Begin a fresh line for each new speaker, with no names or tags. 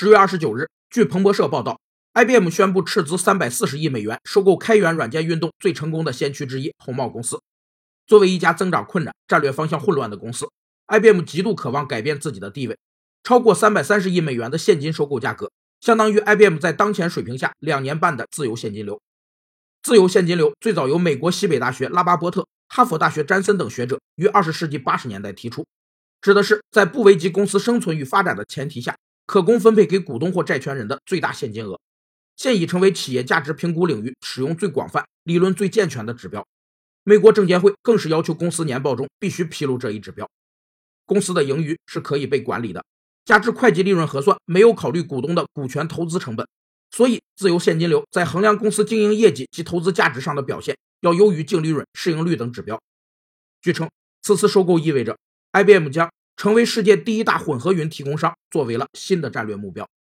10月29日，据彭博社报道，IBM 宣布斥资340亿美元收购开源软件运动最成功的先驱之一红帽公司。作为一家增长困难、战略方向混乱的公司， IBM 极度渴望改变自己的地位。超过330亿美元的现金收购价格，相当于 IBM 在当前水平下2年半的自由现金流。自由现金流最早由美国西北大学拉巴波特、哈佛大学詹森等学者于20世纪80年代提出，指的是在不危及公司生存与发展的前提下，可供分配给股东或债权人的最大现金额。现已成为企业价值评估领域使用最广泛、理论最健全的指标。美国证监会更是要求公司年报中必须披露这一指标。公司的盈余是可以被管理的，加之会计利润核算没有考虑股东的股权投资成本，所以自由现金流在衡量公司经营业绩及投资价值上的表现要优于净利润、市盈率等指标。据称，此次收购意味着 IBM 将成为世界第一大混合云提供商作为了新的战略目标。